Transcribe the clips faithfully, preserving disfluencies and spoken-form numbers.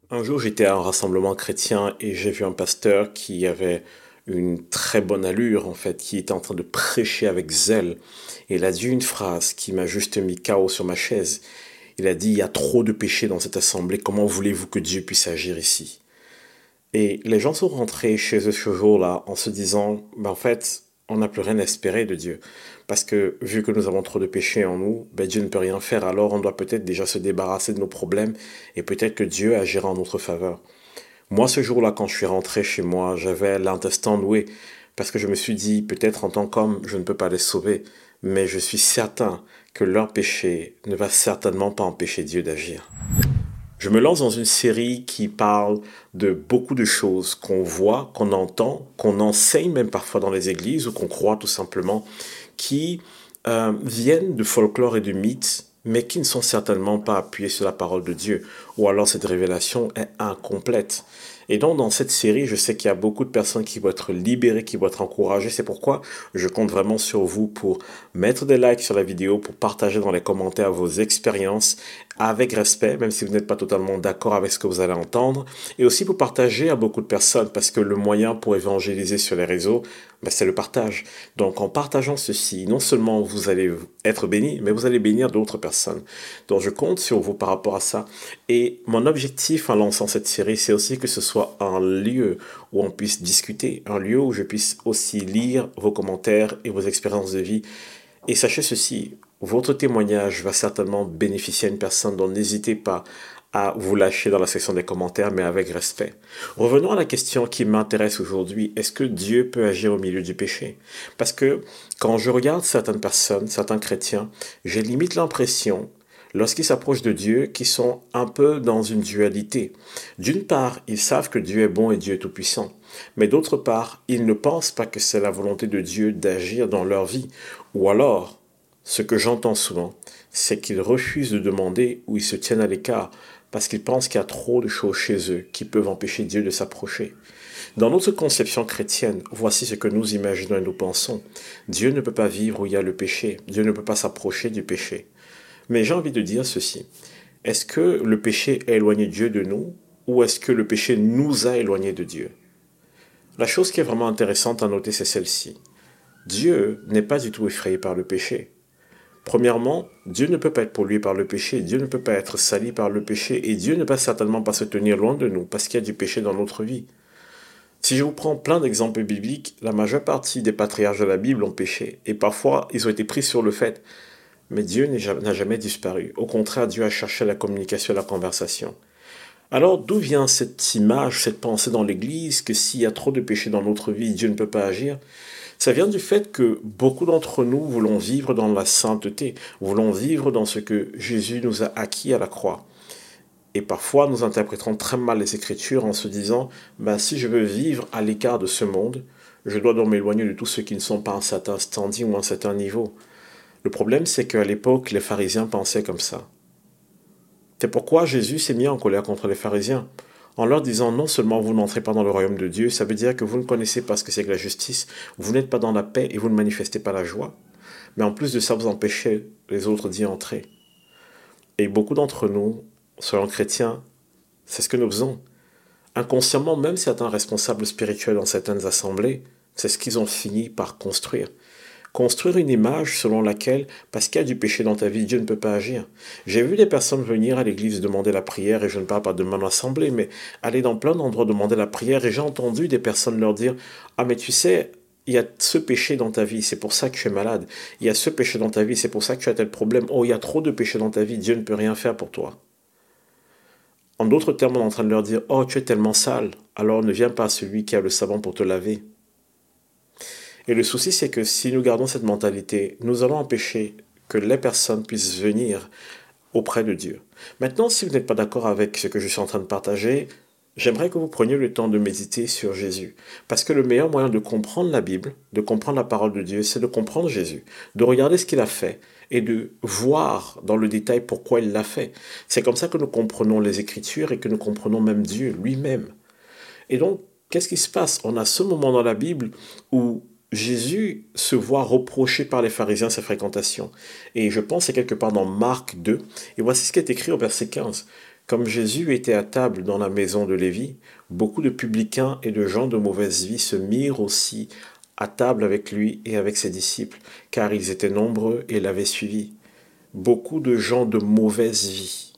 Un jour, j'étais à un rassemblement chrétien et j'ai vu un pasteur qui avait une très bonne allure, en fait, qui était en train de prêcher avec zèle. Et il a dit une phrase qui m'a juste mis K O sur ma chaise. Il a dit, il y a trop de péchés dans cette assemblée, comment voulez-vous que Dieu puisse agir ici? Et les gens sont rentrés chez eux ce jour-là en se disant, ben en fait, on n'a plus rien à espérer de Dieu. Parce que vu que nous avons trop de péchés en nous, ben Dieu ne peut rien faire. Alors on doit peut-être déjà se débarrasser de nos problèmes et peut-être que Dieu agira en notre faveur. Moi, ce jour-là, quand je suis rentré chez moi, j'avais l'intestin noué. Parce que je me suis dit, peut-être en tant qu'homme, je ne peux pas les sauver. Mais je suis certain que leur péché ne va certainement pas empêcher Dieu d'agir. Je me lance dans une série qui parle de beaucoup de choses qu'on voit, qu'on entend, qu'on enseigne même parfois dans les églises ou qu'on croit tout simplement, qui euh, viennent de folklore et de mythes, mais qui ne sont certainement pas appuyés sur la parole de Dieu, ou alors cette révélation est incomplète. Et donc dans cette série, je sais qu'il y a beaucoup de personnes qui vont être libérées, qui vont être encouragées. C'est pourquoi je compte vraiment sur vous pour mettre des likes sur la vidéo, pour partager dans les commentaires vos expériences avec respect, même si vous n'êtes pas totalement d'accord avec ce que vous allez entendre, et aussi pour partager à beaucoup de personnes, parce que le moyen pour évangéliser sur les réseaux, ben, c'est le partage. Donc en partageant ceci, non seulement vous allez être béni, mais vous allez bénir d'autres personnes. Donc je compte sur vous par rapport à ça. Et mon objectif en lançant cette série, c'est aussi que ce soit un lieu où on puisse discuter, un lieu où je puisse aussi lire vos commentaires et vos expériences de vie. Et sachez ceci, votre témoignage va certainement bénéficier à une personne, donc n'hésitez pas à vous lâcher dans la section des commentaires, mais avec respect. Revenons à la question qui m'intéresse aujourd'hui. Est-ce que Dieu peut agir au milieu du péché? Parce que quand je regarde certaines personnes, certains chrétiens, j'ai limite l'impression, lorsqu'ils s'approchent de Dieu, qu'ils sont un peu dans une dualité. D'une part, ils savent que Dieu est bon et Dieu est tout-puissant. Mais d'autre part, ils ne pensent pas que c'est la volonté de Dieu d'agir dans leur vie. Ou alors, ce que j'entends souvent, c'est qu'ils refusent de demander ou ils se tiennent à l'écart parce qu'ils pensent qu'il y a trop de choses chez eux qui peuvent empêcher Dieu de s'approcher. Dans notre conception chrétienne, voici ce que nous imaginons et nous pensons. Dieu ne peut pas vivre où il y a le péché. Dieu ne peut pas s'approcher du péché. Mais j'ai envie de dire ceci. Est-ce que le péché a éloigné Dieu de nous ou est-ce que le péché nous a éloignés de Dieu? La chose qui est vraiment intéressante à noter, c'est celle-ci. Dieu n'est pas du tout effrayé par le péché. Premièrement, Dieu ne peut pas être pollué par le péché, Dieu ne peut pas être sali par le péché, et Dieu ne peut certainement pas se tenir loin de nous parce qu'il y a du péché dans notre vie. Si je vous prends plein d'exemples bibliques, la majeure partie des patriarches de la Bible ont péché, et parfois ils ont été pris sur le fait, mais Dieu n'a jamais disparu. Au contraire, Dieu a cherché la communication et la conversation. Alors d'où vient cette image, cette pensée dans l'Église que s'il y a trop de péché dans notre vie, Dieu ne peut pas agir? Ça vient du fait que beaucoup d'entre nous voulons vivre dans la sainteté, voulons vivre dans ce que Jésus nous a acquis à la croix. Et parfois, nous interprétons très mal les Écritures en se disant, ben, si je veux vivre à l'écart de ce monde, je dois donc m'éloigner de tous ceux qui ne sont pas à un certain standing ou à un certain niveau. Le problème, c'est qu'à l'époque, les pharisiens pensaient comme ça. C'est pourquoi Jésus s'est mis en colère contre les pharisiens, en leur disant non seulement vous n'entrez pas dans le royaume de Dieu, ça veut dire que vous ne connaissez pas ce que c'est que la justice, vous n'êtes pas dans la paix et vous ne manifestez pas la joie, mais en plus de ça, vous empêchez les autres d'y entrer. Et beaucoup d'entre nous, soyons chrétiens, c'est ce que nous faisons. Inconsciemment, même certains responsables spirituels dans certaines assemblées, c'est ce qu'ils ont fini par construire. Construire une image selon laquelle, parce qu'il y a du péché dans ta vie, Dieu ne peut pas agir. J'ai vu des personnes venir à l'église demander la prière, et je ne parle pas de mon assemblée, mais aller dans plein d'endroits demander la prière, et j'ai entendu des personnes leur dire, ah mais tu sais, il y a ce péché dans ta vie, c'est pour ça que tu es malade. Il y a ce péché dans ta vie, c'est pour ça que tu as tel problème. Oh, il y a trop de péché dans ta vie, Dieu ne peut rien faire pour toi. En d'autres termes, on est en train de leur dire, oh, tu es tellement sale, alors ne viens pas à celui qui a le savon pour te laver. Et le souci, c'est que si nous gardons cette mentalité, nous allons empêcher que les personnes puissent venir auprès de Dieu. Maintenant, si vous n'êtes pas d'accord avec ce que je suis en train de partager, j'aimerais que vous preniez le temps de méditer sur Jésus. Parce que le meilleur moyen de comprendre la Bible, de comprendre la parole de Dieu, c'est de comprendre Jésus, de regarder ce qu'il a fait et de voir dans le détail pourquoi il l'a fait. C'est comme ça que nous comprenons les Écritures et que nous comprenons même Dieu lui-même. Et donc, qu'est-ce qui se passe? On a ce moment dans la Bible où Jésus se voit reproché par les pharisiens ses fréquentations. Et je pense que c'est quelque part dans Marc deux. Et voici ce qui est écrit au verset quinze. Comme Jésus était à table dans la maison de Lévi, beaucoup de publicains et de gens de mauvaise vie se mirent aussi à table avec lui et avec ses disciples, car ils étaient nombreux et l'avaient suivi. Beaucoup de gens de mauvaise vie.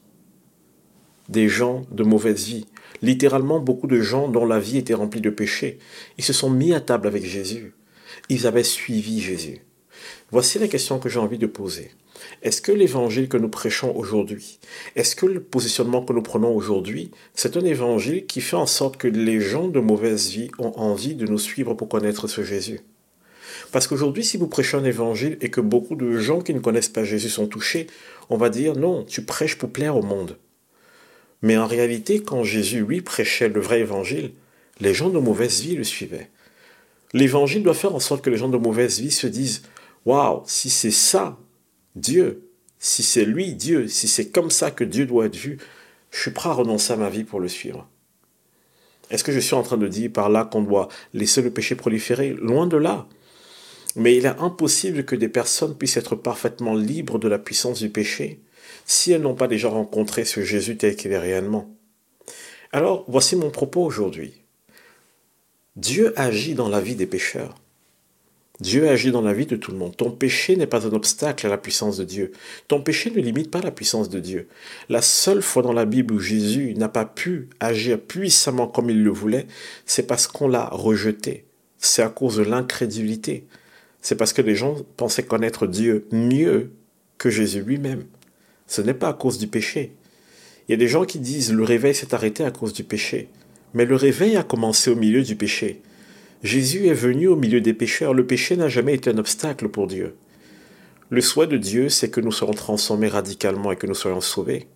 Des gens de mauvaise vie. Littéralement, beaucoup de gens dont la vie était remplie de péchés. Ils se sont mis à table avec Jésus. Ils avaient suivi Jésus. Voici la question que j'ai envie de poser. Est-ce que l'évangile que nous prêchons aujourd'hui, est-ce que le positionnement que nous prenons aujourd'hui, c'est un évangile qui fait en sorte que les gens de mauvaise vie ont envie de nous suivre pour connaître ce Jésus? Parce qu'aujourd'hui, si vous prêchez un évangile et que beaucoup de gens qui ne connaissent pas Jésus sont touchés, on va dire non, tu prêches pour plaire au monde. Mais en réalité, quand Jésus, lui, prêchait le vrai évangile, les gens de mauvaise vie le suivaient. L'évangile doit faire en sorte que les gens de mauvaise vie se disent « Waouh, si c'est ça, Dieu, si c'est lui, Dieu, si c'est comme ça que Dieu doit être vu, je suis prêt à renoncer à ma vie pour le suivre. » Est-ce que je suis en train de dire par là qu'on doit laisser le péché proliférer? Loin de là. Mais il est impossible que des personnes puissent être parfaitement libres de la puissance du péché si elles n'ont pas déjà rencontré ce Jésus tel qu'il est réellement. Alors, voici mon propos aujourd'hui. Dieu agit dans la vie des pécheurs. Dieu agit dans la vie de tout le monde. Ton péché n'est pas un obstacle à la puissance de Dieu. Ton péché ne limite pas la puissance de Dieu. La seule fois dans la Bible où Jésus n'a pas pu agir puissamment comme il le voulait, c'est parce qu'on l'a rejeté. C'est à cause de l'incrédulité. C'est parce que les gens pensaient connaître Dieu mieux que Jésus lui-même. Ce n'est pas à cause du péché. Il y a des gens qui disent le réveil s'est arrêté à cause du péché. Mais le réveil a commencé au milieu du péché. Jésus est venu au milieu des pécheurs. Le péché n'a jamais été un obstacle pour Dieu. Le souhait de Dieu, c'est que nous soyons transformés radicalement et que nous soyons sauvés.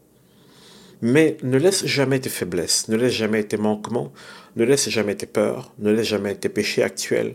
Mais ne laisse jamais tes faiblesses, ne laisse jamais tes manquements, ne laisse jamais tes peurs, ne laisse jamais tes péchés actuels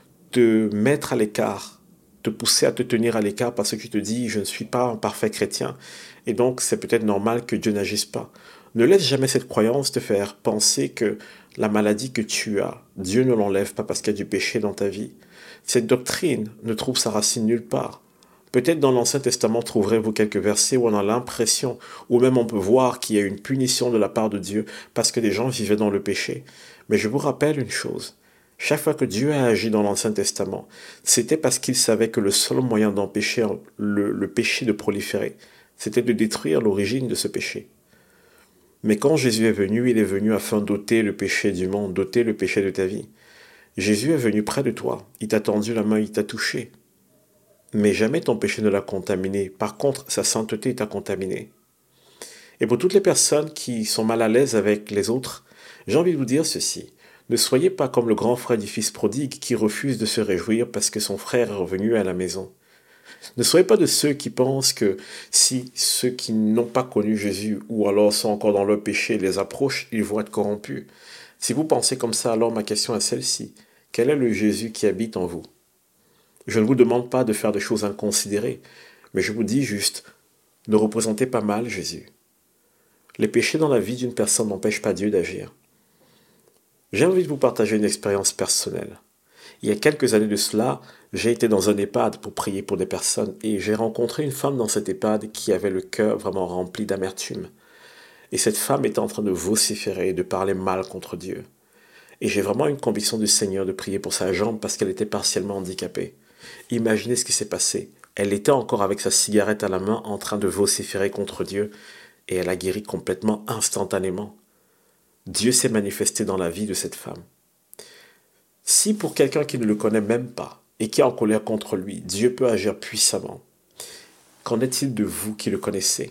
te mettre à l'écart, te pousser à te tenir à l'écart parce que tu te dis « je ne suis pas un parfait chrétien » et donc c'est peut-être normal que Dieu n'agisse pas. Ne laisse jamais cette croyance te faire penser que la maladie que tu as, Dieu ne l'enlève pas parce qu'il y a du péché dans ta vie. Cette doctrine ne trouve sa racine nulle part. Peut-être dans l'Ancien Testament trouverez-vous quelques versets où on a l'impression, ou même on peut voir qu'il y a une punition de la part de Dieu parce que les gens vivaient dans le péché. Mais je vous rappelle une chose. Chaque fois que Dieu a agi dans l'Ancien Testament, c'était parce qu'il savait que le seul moyen d'empêcher le, le péché de proliférer, c'était de détruire l'origine de ce péché. Mais quand Jésus est venu, il est venu afin d'ôter le péché du monde, d'ôter le péché de ta vie. Jésus est venu près de toi, il t'a tendu la main, il t'a touché. Mais jamais ton péché ne l'a contaminé. Par contre, sa sainteté t'a contaminé. Et pour toutes les personnes qui sont mal à l'aise avec les autres, j'ai envie de vous dire ceci. Ne soyez pas comme le grand frère du fils prodigue qui refuse de se réjouir parce que son frère est revenu à la maison. Ne soyez pas de ceux qui pensent que si ceux qui n'ont pas connu Jésus ou alors sont encore dans leur péché les approchent, ils vont être corrompus. Si vous pensez comme ça, alors ma question est celle-ci. Quel est le Jésus qui habite en vous? Je ne vous demande pas de faire des choses inconsidérées, mais je vous dis juste, ne représentez pas mal Jésus. Les péchés dans la vie d'une personne n'empêchent pas Dieu d'agir. J'ai envie de vous partager une expérience personnelle. Il y a quelques années de cela, j'ai été dans un EHPAD pour prier pour des personnes et j'ai rencontré une femme dans cet EHPAD qui avait le cœur vraiment rempli d'amertume. Et cette femme était en train de vociférer et de parler mal contre Dieu. Et j'ai vraiment une conviction du Seigneur de prier pour sa jambe parce qu'elle était partiellement handicapée. Imaginez ce qui s'est passé. Elle était encore avec sa cigarette à la main en train de vociférer contre Dieu et elle a guéri complètement instantanément. Dieu s'est manifesté dans la vie de cette femme. Si pour quelqu'un qui ne le connaît même pas et qui est en colère contre lui, Dieu peut agir puissamment, qu'en est-il de vous qui le connaissez?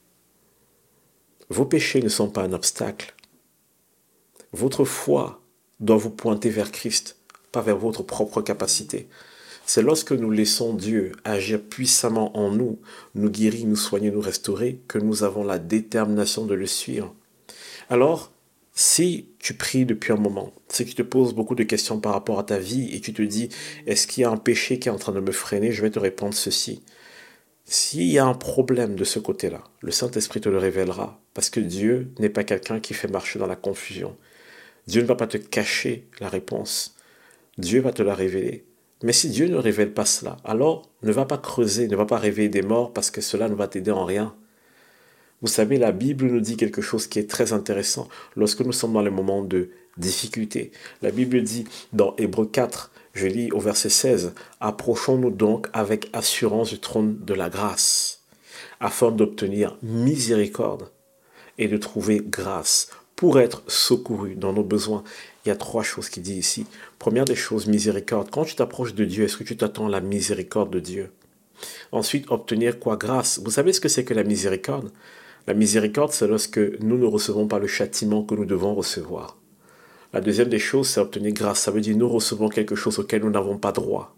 Vos péchés ne sont pas un obstacle. Votre foi doit vous pointer vers Christ, pas vers votre propre capacité. C'est lorsque nous laissons Dieu agir puissamment en nous, nous guérir, nous soigner, nous restaurer, que nous avons la détermination de le suivre. Alors, si tu pries depuis un moment, si tu te poses beaucoup de questions par rapport à ta vie et tu te dis « Est-ce qu'il y a un péché qui est en train de me freiner ?» Je vais te répondre ceci. S'il y a un problème de ce côté-là, le Saint-Esprit te le révélera parce que Dieu n'est pas quelqu'un qui fait marcher dans la confusion. Dieu ne va pas te cacher la réponse. Dieu va te la révéler. Mais si Dieu ne révèle pas cela, alors ne va pas creuser, ne va pas réveiller des morts parce que cela ne va t'aider en rien. Vous savez, la Bible nous dit quelque chose qui est très intéressant lorsque nous sommes dans les moments de difficulté. La Bible dit dans Hébreux quatre, je lis au verset seize, « Approchons-nous donc avec assurance du trône de la grâce, afin d'obtenir miséricorde et de trouver grâce pour être secouru dans nos besoins. » Il y a trois choses qu'il dit ici. Première des choses, miséricorde. Quand tu t'approches de Dieu, est-ce que tu t'attends à la miséricorde de Dieu? Ensuite, obtenir quoi? Grâce. Vous savez ce que c'est que la miséricorde? La miséricorde, c'est lorsque nous ne recevons pas le châtiment que nous devons recevoir. La deuxième des choses, c'est obtenir grâce. Ça veut dire nous recevons quelque chose auquel nous n'avons pas droit.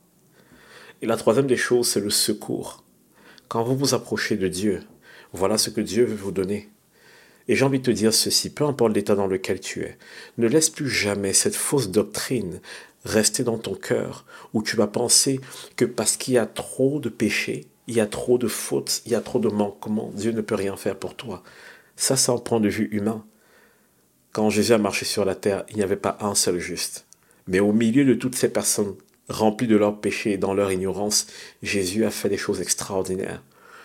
Et la troisième des choses, c'est le secours. Quand vous vous approchez de Dieu, voilà ce que Dieu veut vous donner. Et j'ai envie de te dire ceci, peu importe l'état dans lequel tu es, ne laisse plus jamais cette fausse doctrine rester dans ton cœur, où tu vas penser que parce qu'il y a trop de péchés, il y a trop de fautes, il y a trop de manquements, Dieu ne peut rien faire pour toi. Ça, c'est un point de vue humain. Quand Jésus a marché sur la terre, il n'y avait pas un seul juste. Mais au milieu de toutes ces personnes remplies de leurs péchés et dans leur ignorance, Jésus a fait des choses extraordinaires.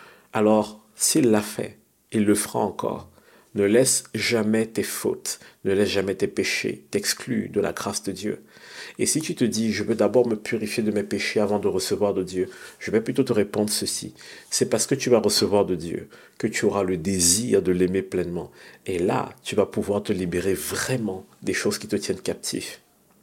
Alors, s'il l'a fait, il le fera encore. Ne laisse jamais tes fautes, ne laisse jamais tes péchés t'exclure de la grâce de Dieu. Et si tu te dis, je veux d'abord me purifier de mes péchés avant de recevoir de Dieu, je vais plutôt te répondre ceci. C'est parce que tu vas recevoir de Dieu que tu auras le désir de l'aimer pleinement. Et là, tu vas pouvoir te libérer vraiment des choses qui te tiennent captif.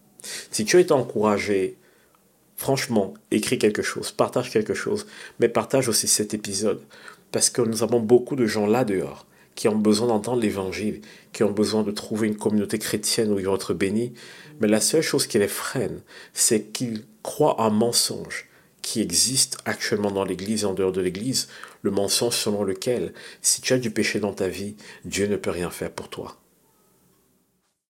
Si tu as été encouragé, franchement, écris quelque chose, partage quelque chose, mais partage aussi cet épisode. Parce que nous avons beaucoup de gens là dehors qui ont besoin d'entendre l'évangile, qui ont besoin de trouver une communauté chrétienne où ils vont être bénis. Mais la seule chose qui les freine, c'est qu'ils croient un mensonge qui existe actuellement dans l'Église et en dehors de l'Église, le mensonge selon lequel, si tu as du péché dans ta vie, Dieu ne peut rien faire pour toi.